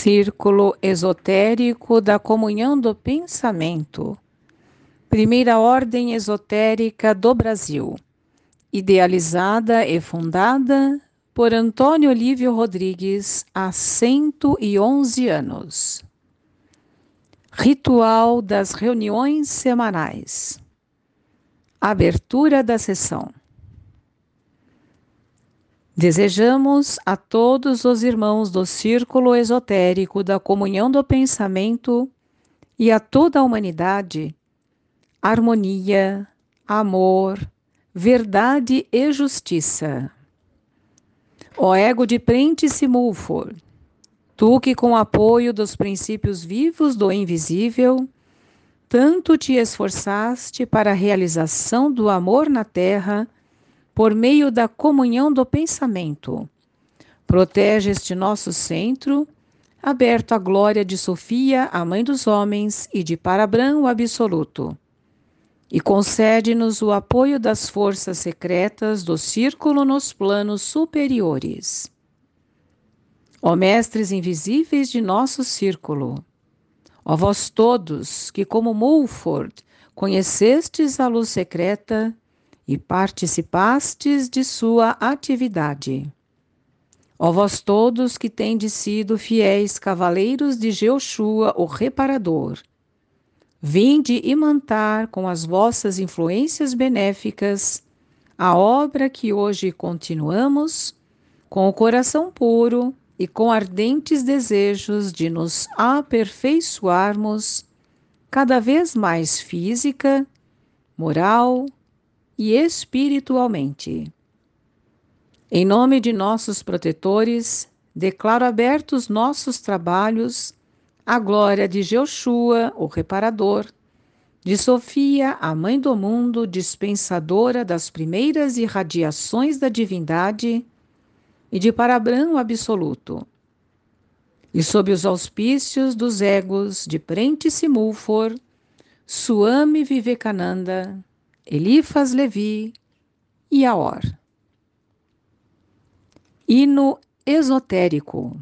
Círculo Esotérico da Comunhão do Pensamento, primeira ordem esotérica do Brasil, idealizada e fundada por Antônio Olívio Rodrigues há 111 anos. Ritual das reuniões semanais. Abertura da sessão. Desejamos a todos os irmãos do Círculo Esotérico da Comunhão do Pensamento e a toda a humanidade harmonia, amor, verdade e justiça. Ó ego de Prentice Mulford, tu que com o apoio dos princípios vivos do invisível, tanto te esforçaste para a realização do amor na Terra, por meio da comunhão do pensamento. Protege este nosso centro, aberto à glória de Sofia, a Mãe dos Homens, e de Parabrahma, o Absoluto. E concede-nos o apoio das forças secretas do Círculo nos planos superiores. Ó Mestres invisíveis de nosso Círculo, ó vós todos que, como Mulford, conhecestes a luz secreta e participastes de sua atividade. Ó vós todos que tendes sido fiéis cavaleiros de Jeoshua, o Reparador, vinde imantar com as vossas influências benéficas a obra que hoje continuamos, com o coração puro e com ardentes desejos de nos aperfeiçoarmos cada vez mais física, moral e espiritualmente. Em nome de nossos protetores, declaro abertos nossos trabalhos à glória de Jeoshua, o Reparador, de Sofia, a Mãe do Mundo, dispensadora das primeiras irradiações da divindade, e de Parabrahma, o Absoluto. E sob os auspícios dos egos de Prentice Mulford, Swami Vivekananda, Eliphas Levi e Aor. Hino esotérico.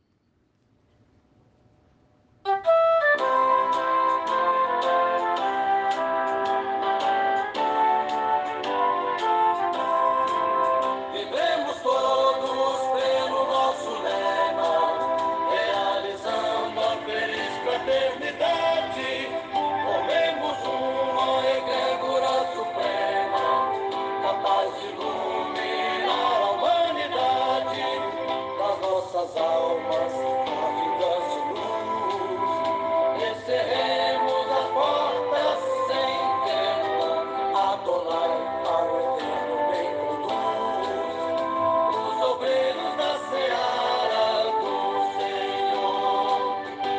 Vivemos todos pelo nosso lema, realizando a feliz fraternidade. Formemos uma egrégora suprema, capaz de iluminar a humanidade. Das nossas almas, a vingança e luz. Encerremos as portas sem trémula, Adonai ao eterno bem conduz. Os obreiros da seara do Senhor,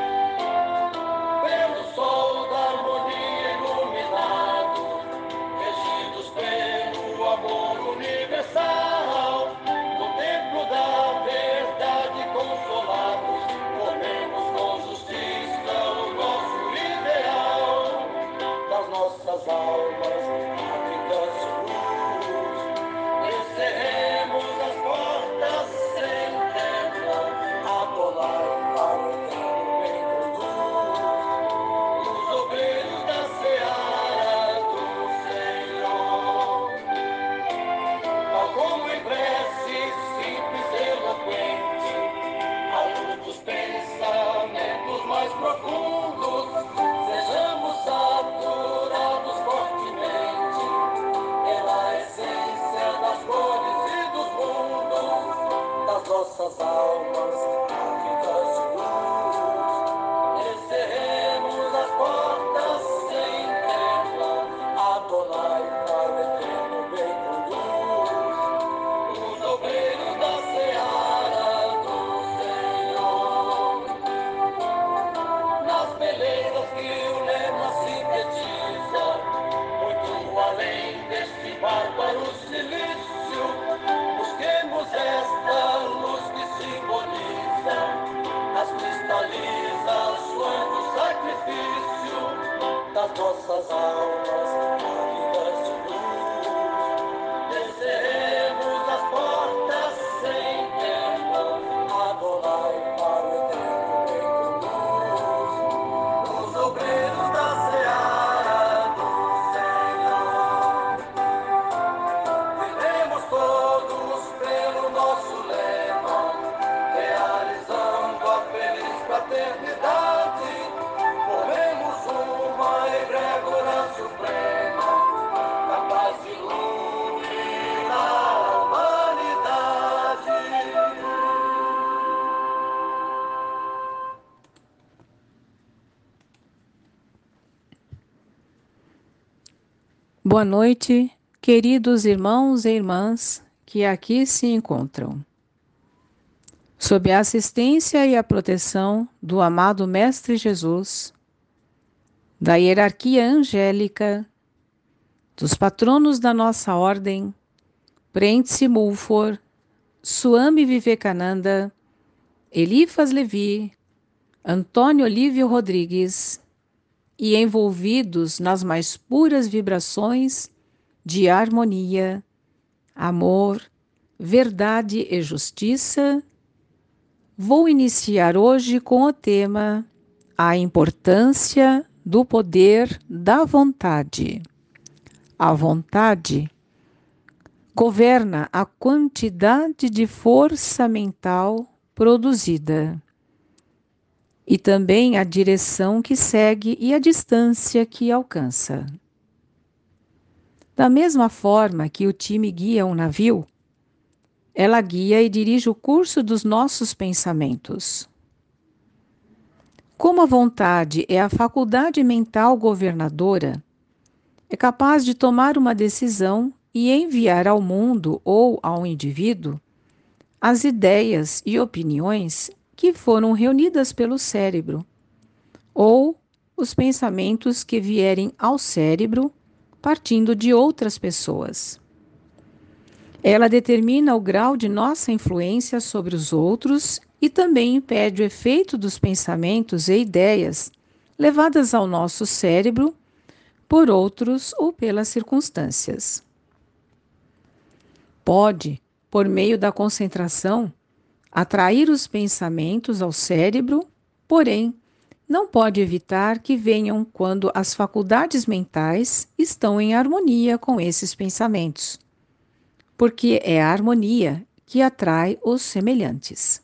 pelo sol da harmonia iluminado, regidos pelo amor universal, no templo da verdade consolados, formemos com justiça o nosso ideal. Das nossas almas, a vingança e luz. Encerremos as portas sem trémula, Adonai ao eterno bem conduz. Os obreiros da seara do Senhor, tal como em prece simples e eloquente, a luz dos pensamentos mais profundos, sejamos saturados fortemente pela essência das cores e dos mundos, das nossas almas, a vingança e luz. Encerremos as portas sem trémula, Adonai ao eterno bem conduz. Os obreiros da seara do Senhor, nas belezas que o lema sintetiza, muito além deste bárbaro silício, busquemos esta luz que simboliza as cristalizas suas do sacrifício das nossas almas, a vingança e luz. Encerremos as portas sem trémula, Adonai ao eterno bem Boa noite, queridos irmãos e irmãs que aqui se encontram. Sob a assistência e a proteção do amado Mestre Jesus, da hierarquia angélica, dos patronos da nossa ordem, Prentice Mulford, Swami Vivekananda, Eliphas Levi, Antônio Olívio Rodrigues, e envolvidos nas mais puras vibrações de harmonia, amor, verdade e justiça, vou iniciar hoje com o tema A importância do poder da vontade. A vontade governa a quantidade de força mental produzida e também a direção que segue e a distância que alcança. Da mesma forma que o time guia um navio, ela guia e dirige o curso dos nossos pensamentos. Como a vontade é a faculdade mental governadora, é capaz de tomar uma decisão e enviar ao mundo ou ao indivíduo as ideias e opiniões que foram reunidas pelo cérebro, ou os pensamentos que vierem ao cérebro partindo de outras pessoas. Ela determina o grau de nossa influência sobre os outros e também impede o efeito dos pensamentos e ideias levadas ao nosso cérebro por outros ou pelas circunstâncias. Pode, por meio da concentração, atrair os pensamentos ao cérebro, porém, não pode evitar que venham quando as faculdades mentais estão em harmonia com esses pensamentos, porque é a harmonia que atrai os semelhantes.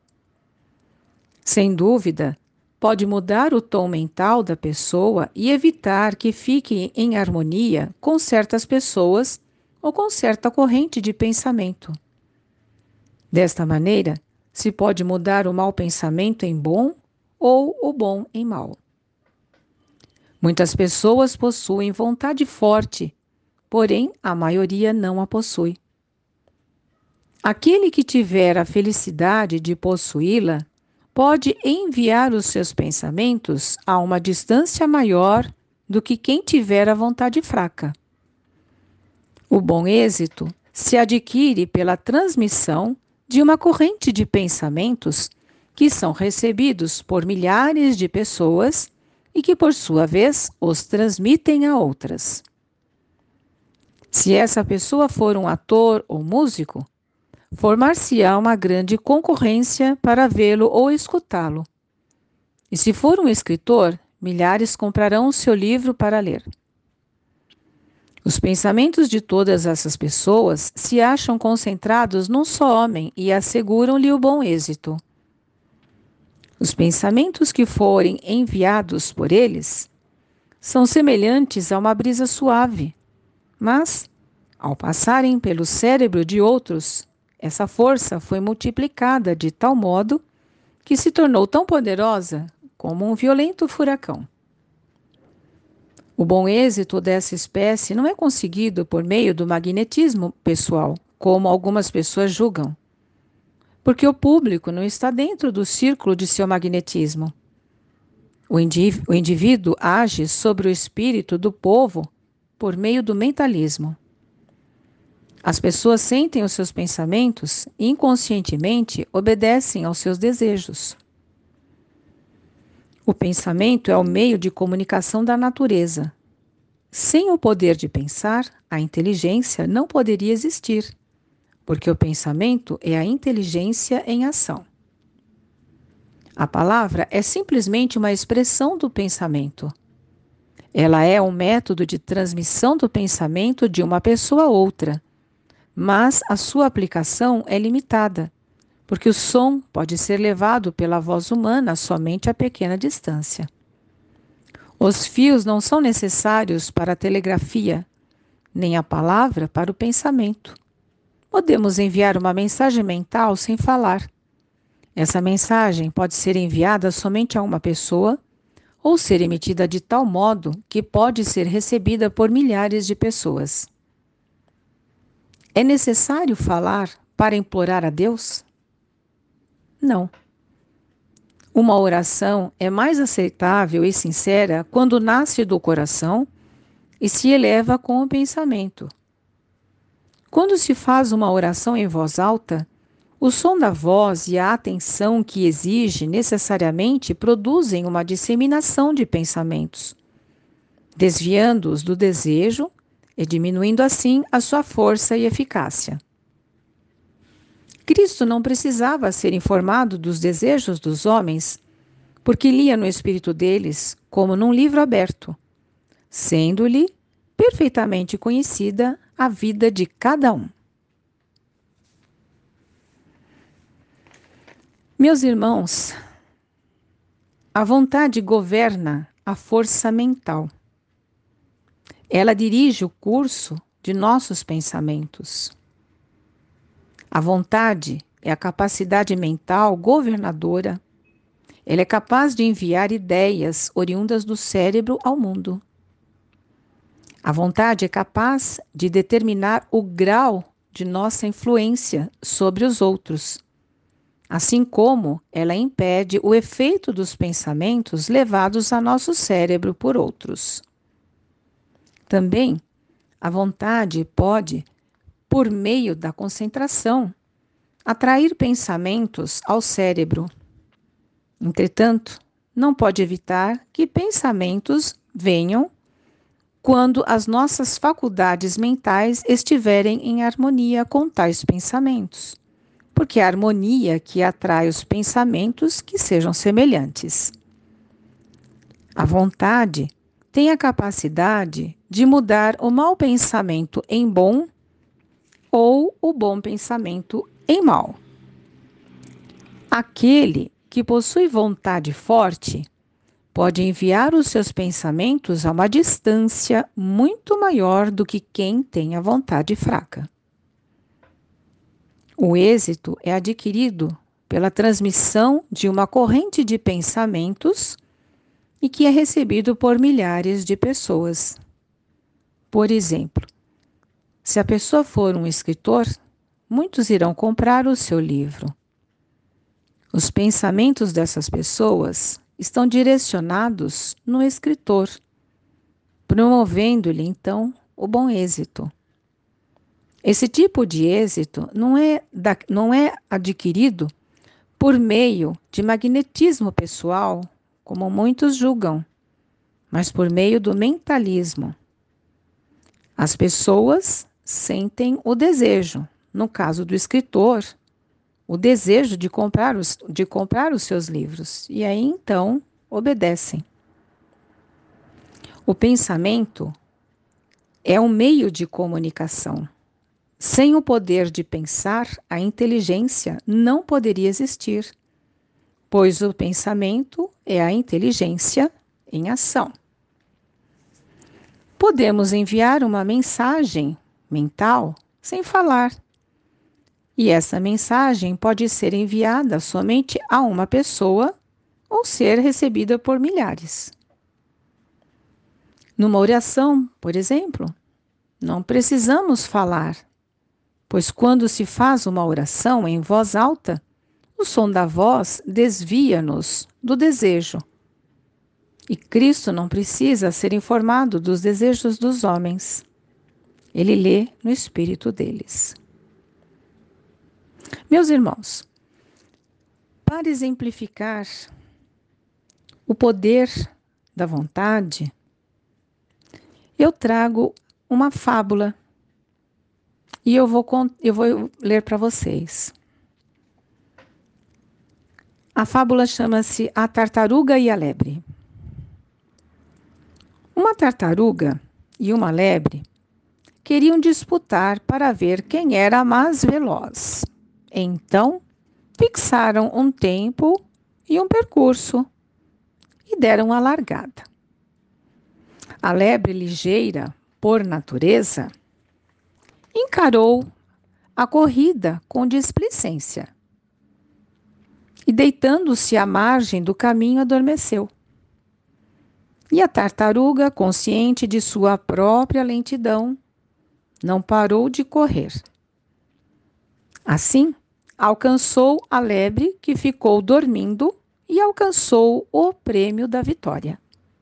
Sem dúvida, pode mudar o tom mental da pessoa e evitar que fique em harmonia com certas pessoas ou com certa corrente de pensamento. Desta maneira, se pode mudar o mau pensamento em bom ou o bom em mau. Muitas pessoas possuem vontade forte, porém a maioria não a possui. Aquele que tiver a felicidade de possuí-la pode enviar os seus pensamentos a uma distância maior do que quem tiver a vontade fraca. O bom êxito se adquire pela transmissão de uma corrente de pensamentos que são recebidos por milhares de pessoas e que, por sua vez, os transmitem a outras. Se essa pessoa for um ator ou músico, formar-se-á uma grande concorrência para vê-lo ou escutá-lo. E se for um escritor, milhares comprarão o seu livro para ler. Os pensamentos de todas essas pessoas se acham concentrados num só homem e asseguram-lhe o bom êxito. Os pensamentos que forem enviados por eles são semelhantes a uma brisa suave, mas, ao passarem pelo cérebro de outros, essa força foi multiplicada de tal modo que se tornou tão poderosa como um violento furacão. O bom êxito dessa espécie não é conseguido por meio do magnetismo pessoal, como algumas pessoas julgam, porque o público não está dentro do círculo de seu magnetismo. O indivíduo age sobre o espírito do povo por meio do mentalismo. As pessoas sentem os seus pensamentos e inconscientemente obedecem aos seus desejos. O pensamento é o meio de comunicação da natureza. Sem o poder de pensar, a inteligência não poderia existir, porque o pensamento é a inteligência em ação. A palavra é simplesmente uma expressão do pensamento. Ela é um método de transmissão do pensamento de uma pessoa a outra, mas a sua aplicação é limitada, porque o som pode ser levado pela voz humana somente a pequena distância. Os fios não são necessários para a telegrafia, nem a palavra para o pensamento. Podemos enviar uma mensagem mental sem falar. Essa mensagem pode ser enviada somente a uma pessoa ou ser emitida de tal modo que pode ser recebida por milhares de pessoas. É necessário falar para implorar a Deus? Não. Uma oração é mais aceitável e sincera quando nasce do coração e se eleva com o pensamento. Quando se faz uma oração em voz alta, o som da voz e a atenção que exige necessariamente produzem uma disseminação de pensamentos, desviando-os do desejo e diminuindo assim a sua força e eficácia. Cristo não precisava ser informado dos desejos dos homens, porque lia no espírito deles como num livro aberto, sendo-lhe perfeitamente conhecida a vida de cada um. Meus irmãos, a vontade governa a força mental. Ela dirige o curso de nossos pensamentos. A vontade é a capacidade mental governadora. Ela é capaz de enviar ideias oriundas do cérebro ao mundo. A vontade é capaz de determinar o grau de nossa influência sobre os outros, assim como ela impede o efeito dos pensamentos levados a nosso cérebro por outros. Também, a vontade pode, por meio da concentração, atrair pensamentos ao cérebro. Entretanto, não pode evitar que pensamentos venham quando as nossas faculdades mentais estiverem em harmonia com tais pensamentos, porque é a harmonia que atrai os pensamentos que sejam semelhantes. A vontade tem a capacidade de mudar o mau pensamento em bom ou o bom pensamento em mal. Aquele que possui vontade forte pode enviar os seus pensamentos a uma distância muito maior do que quem tem a vontade fraca. O êxito é adquirido pela transmissão de uma corrente de pensamentos e que é recebido por milhares de pessoas. Por exemplo, se a pessoa for um escritor, muitos irão comprar o seu livro. Os pensamentos dessas pessoas estão direcionados no escritor, promovendo-lhe, então, o bom êxito. Esse tipo de êxito não é adquirido por meio de magnetismo pessoal, como muitos julgam, mas por meio do mentalismo. As pessoas sentem o desejo, no caso do escritor, o desejo de comprar os seus livros, e aí então obedecem. O pensamento é um meio de comunicação. Sem o poder de pensar, a inteligência não poderia existir, pois o pensamento é a inteligência em ação. Podemos enviar uma mensagem mental sem falar, e essa mensagem pode ser enviada somente a uma pessoa ou ser recebida por milhares. Numa oração, por exemplo, não precisamos falar, pois quando se faz uma oração em voz alta, o som da voz desvia-nos do desejo. E Cristo não precisa ser informado dos desejos dos homens. Ele lê no espírito deles. Meus irmãos, para exemplificar o poder da vontade, eu trago uma fábula e eu vou ler para vocês. A fábula chama-se A Tartaruga e a Lebre. Uma tartaruga e uma lebre queriam disputar para ver quem era a mais veloz. Então, fixaram um tempo e um percurso e deram a largada. A lebre ligeira, por natureza, encarou a corrida com displicência e, deitando-se à margem do caminho, adormeceu. E a tartaruga, consciente de sua própria lentidão, não parou de correr. Assim, alcançou a lebre, que ficou dormindo, e alcançou o prêmio da vitória.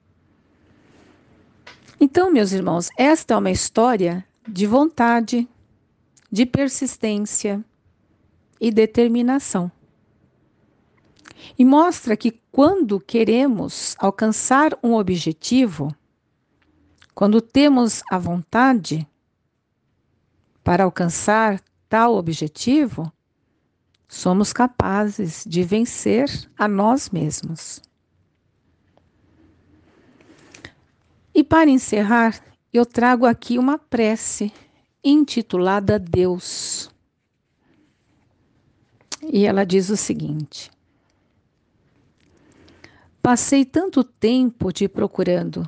Então, meus irmãos, esta é uma história de vontade, de persistência e determinação. E mostra que quando queremos alcançar um objetivo, quando temos a vontade para alcançar tal objetivo, somos capazes de vencer a nós mesmos. E para encerrar, eu trago aqui uma prece intitulada Deus. E ela diz o seguinte: passei tanto tempo te procurando,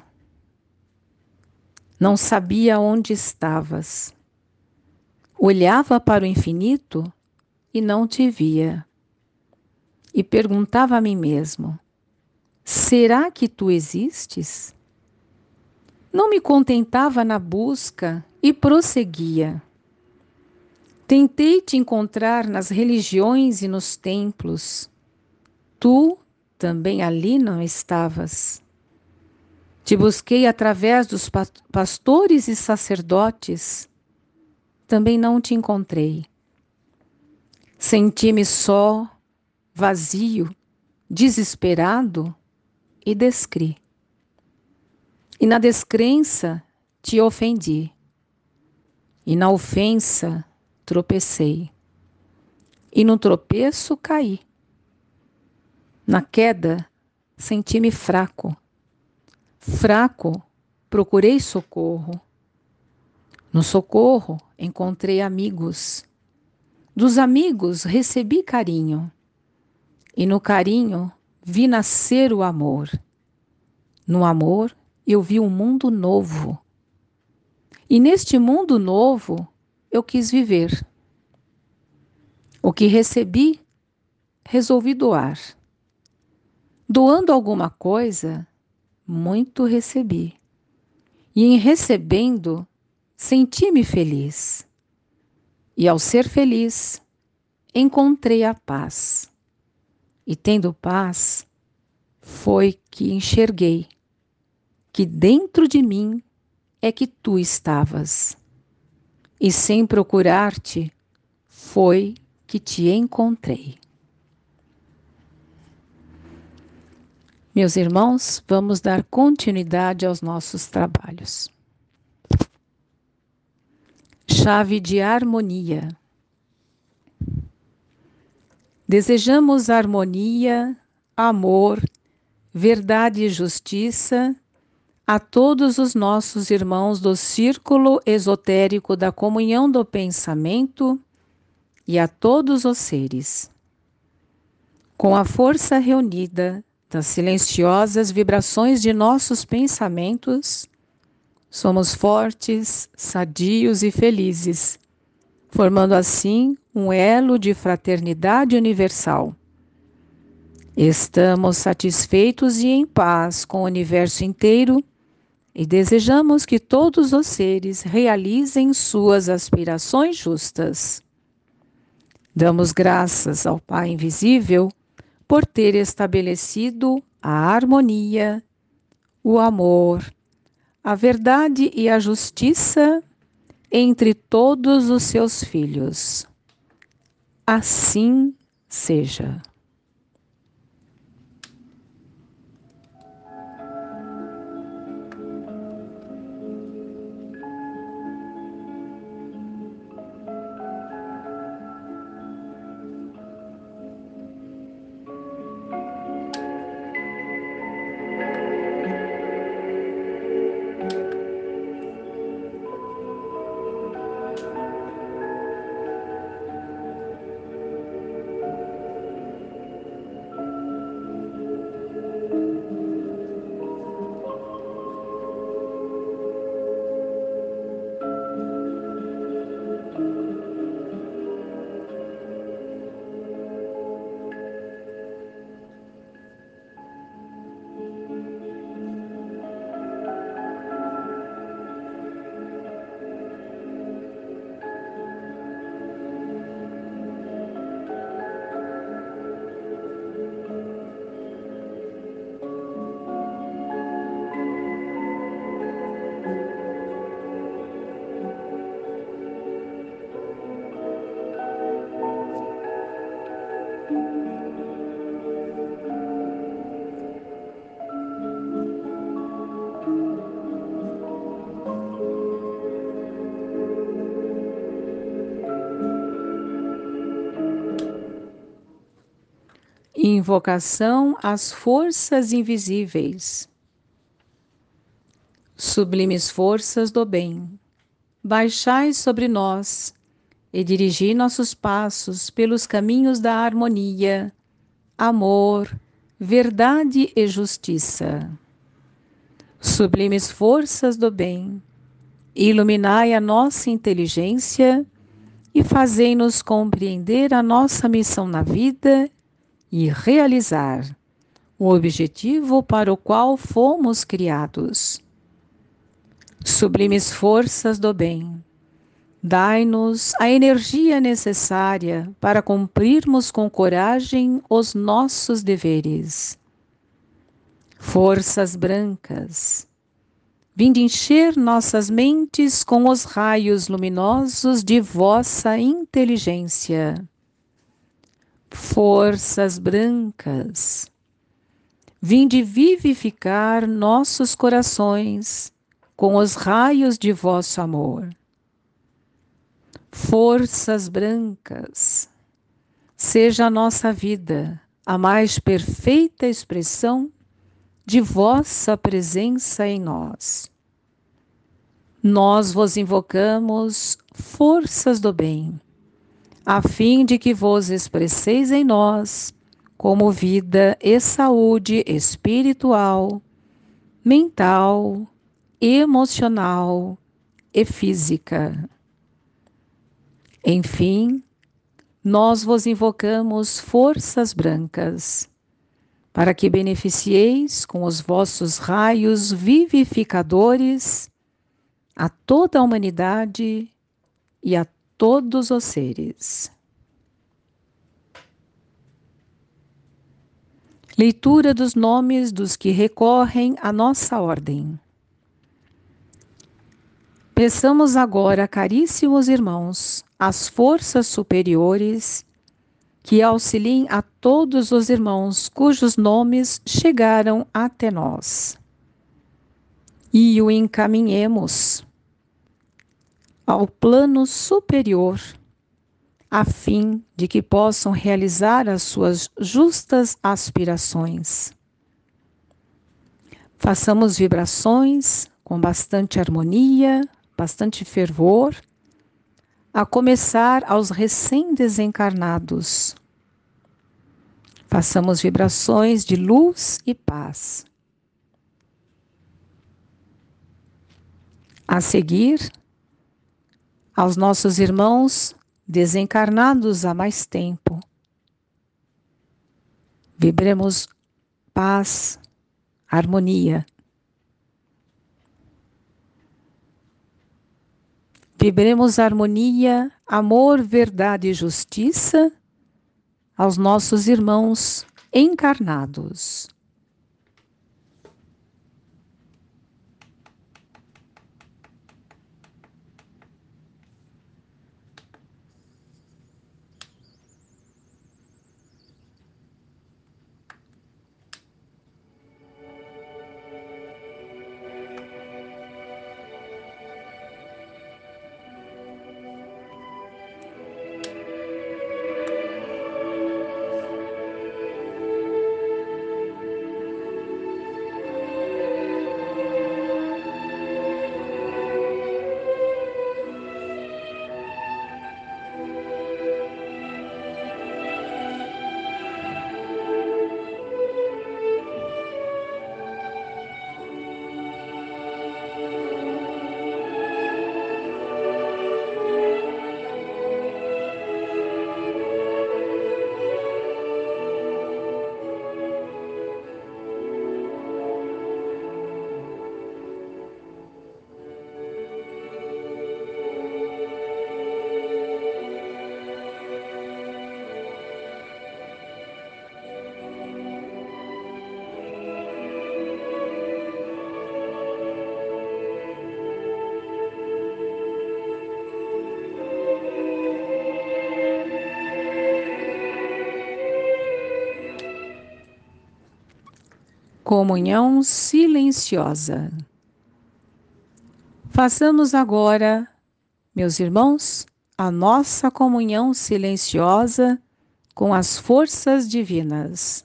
não sabia onde estavas. Olhava para o infinito e não te via. E perguntava a mim mesmo: será que tu existes? Não me contentava na busca e prosseguia. Tentei te encontrar nas religiões e nos templos. Tu também ali não estavas. Te busquei através dos pastores e sacerdotes. Também não te encontrei. Senti-me só, vazio, desesperado e descri. E na descrença te ofendi. E na ofensa tropecei. E no tropeço caí. Na queda senti-me fraco. Fraco, procurei socorro. No socorro encontrei amigos. Dos amigos recebi carinho. E no carinho vi nascer o amor. No amor eu vi um mundo novo. E neste mundo novo eu quis viver. O que recebi, resolvi doar. Doando alguma coisa, muito recebi. E em recebendo, senti-me feliz. E ao ser feliz, encontrei a paz. E tendo paz, foi que enxerguei que dentro de mim é que tu estavas. E sem procurar-te, foi que te encontrei. Meus irmãos, vamos dar continuidade aos nossos trabalhos. Chave de harmonia. Desejamos harmonia, amor, verdade e justiça a todos os nossos irmãos do círculo esotérico da comunhão do pensamento e a todos os seres. Com a força reunida das silenciosas vibrações de nossos pensamentos, somos fortes, sadios e felizes, formando assim um elo de fraternidade universal. Estamos satisfeitos e em paz com o universo inteiro e desejamos que todos os seres realizem suas aspirações justas. Damos graças ao Pai Invisível por ter estabelecido a harmonia, o amor, a verdade e a justiça entre todos os seus filhos. Assim seja. Invocação às forças invisíveis. Sublimes forças do bem, baixai sobre nós e dirigi nossos passos pelos caminhos da harmonia, amor, verdade e justiça. Sublimes forças do bem, iluminai a nossa inteligência e fazei-nos compreender a nossa missão na vida e realizar o objetivo para o qual fomos criados. Sublimes forças do bem, dai-nos a energia necessária para cumprirmos com coragem os nossos deveres. Forças brancas, vinde encher nossas mentes com os raios luminosos de vossa inteligência. Forças brancas, vinde vivificar nossos corações com os raios de vosso amor. Forças brancas, seja a nossa vida a mais perfeita expressão de vossa presença em nós. Nós vos invocamos, forças do bem, a fim de que vos expresseis em nós como vida e saúde espiritual, mental, emocional e física. Enfim, nós vos invocamos, forças brancas, para que beneficieis com os vossos raios vivificadores a toda a humanidade e a todos os seres. Leitura dos nomes dos que recorrem à nossa ordem. Peçamos agora, caríssimos irmãos, às forças superiores que auxiliem a todos os irmãos cujos nomes chegaram até nós e o encaminhemos ao plano superior, a fim de que possam realizar as suas justas aspirações. Façamos vibrações com bastante harmonia, bastante fervor, a começar aos recém-desencarnados. Façamos vibrações de luz e paz. A seguir, aos nossos irmãos desencarnados há mais tempo. Vibremos paz, harmonia. Vibremos harmonia, amor, verdade e justiça aos nossos irmãos encarnados. Comunhão silenciosa. Façamos agora, meus irmãos, a nossa comunhão silenciosa com as forças divinas.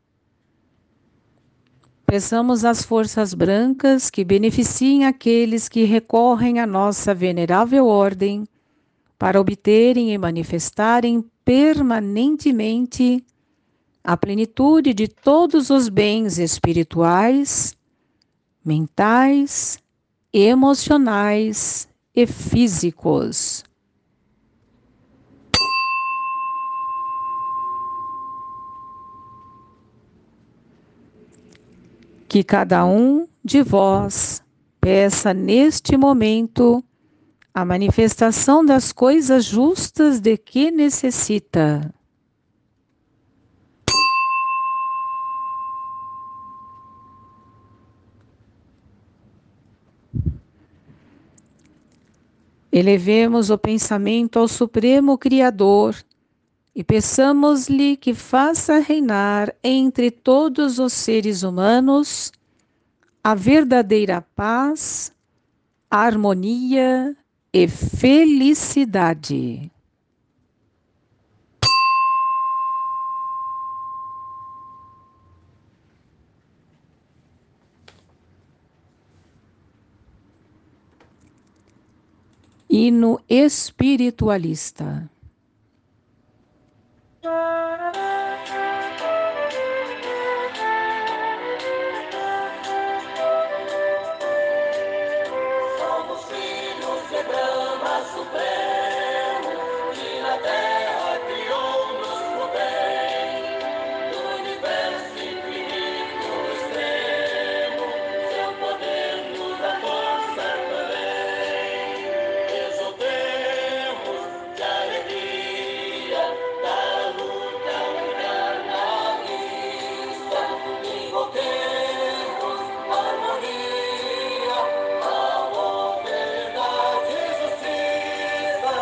Peçamos às forças brancas que beneficiem aqueles que recorrem à nossa venerável ordem para obterem e manifestarem permanentemente a plenitude de todos os bens espirituais, mentais, emocionais e físicos. Que cada um de vós peça neste momento a manifestação das coisas justas de que necessita. Elevemos o pensamento ao Supremo Criador e peçamos-lhe que faça reinar entre todos os seres humanos a verdadeira paz, harmonia e felicidade. Hino espiritualista. Somos filhos de Brahma Supremo, que na terra criou-nos pro bem, do universo infinito extremo, seu poder nos dá força também. Exultemos de alegria, da luta encarnalista, invoquemos harmonia, amor, verdade e justiça.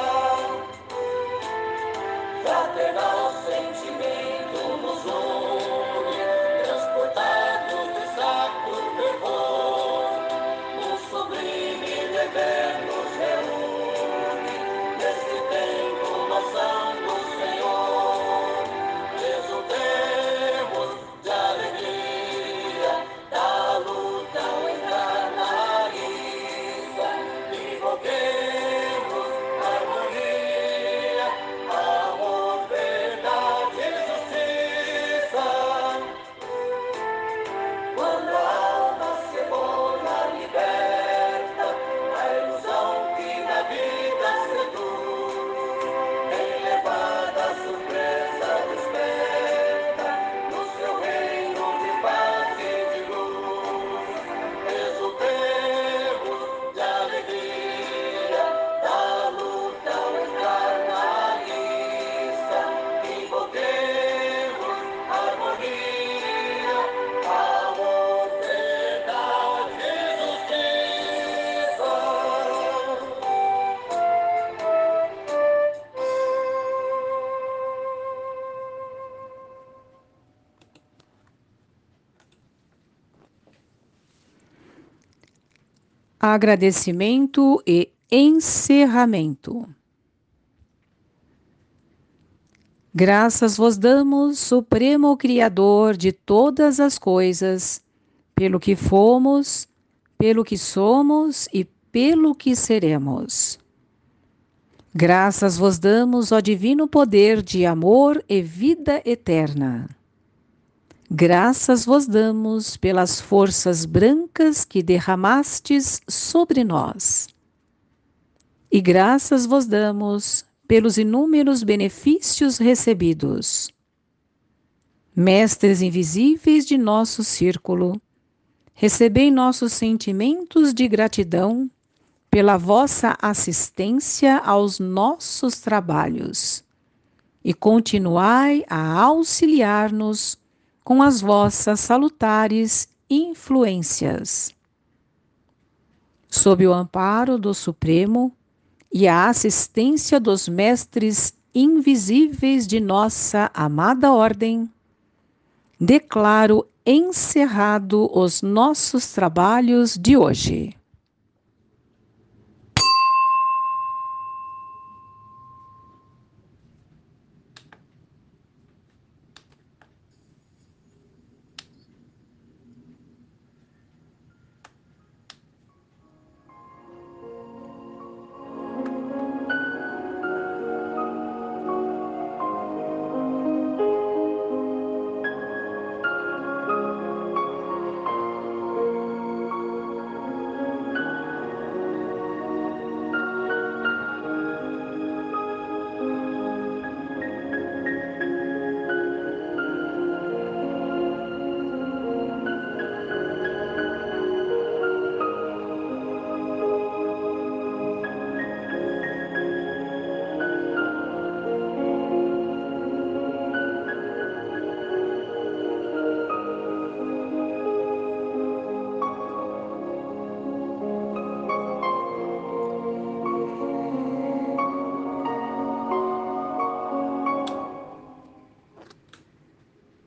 Fraternal sentimento nos une, transportados de sacro fervor, no sublime dever nos reúne, nesse tempo nós santo Senhor. Exultemos de alegria, da luta encarnalista, invoquemos harmonia, amor, verdade e justiça. Quando a alma se torna liberta, a ilusão que na vida seduz, elevada surpresa desperta, no seu reino de paz e de luz. Exultemos de alegria, da luta encarnalista, invoquemos harmonia, amor, verdade e justiça. Agradecimento e encerramento. Graças vos damos, Supremo Criador de todas as coisas, pelo que fomos, pelo que somos e pelo que seremos. Graças vos damos, ó divino poder de amor e vida eterna. Graças vos damos pelas forças brancas que derramastes sobre nós. E graças vos damos pelos inúmeros benefícios recebidos. Mestres invisíveis de nosso círculo, recebei nossos sentimentos de gratidão pela vossa assistência aos nossos trabalhos e continuai a auxiliar-nos com as vossas salutares influências. Sob o amparo do Supremo e a assistência dos mestres invisíveis de nossa amada ordem, declaro encerrado os nossos trabalhos de hoje.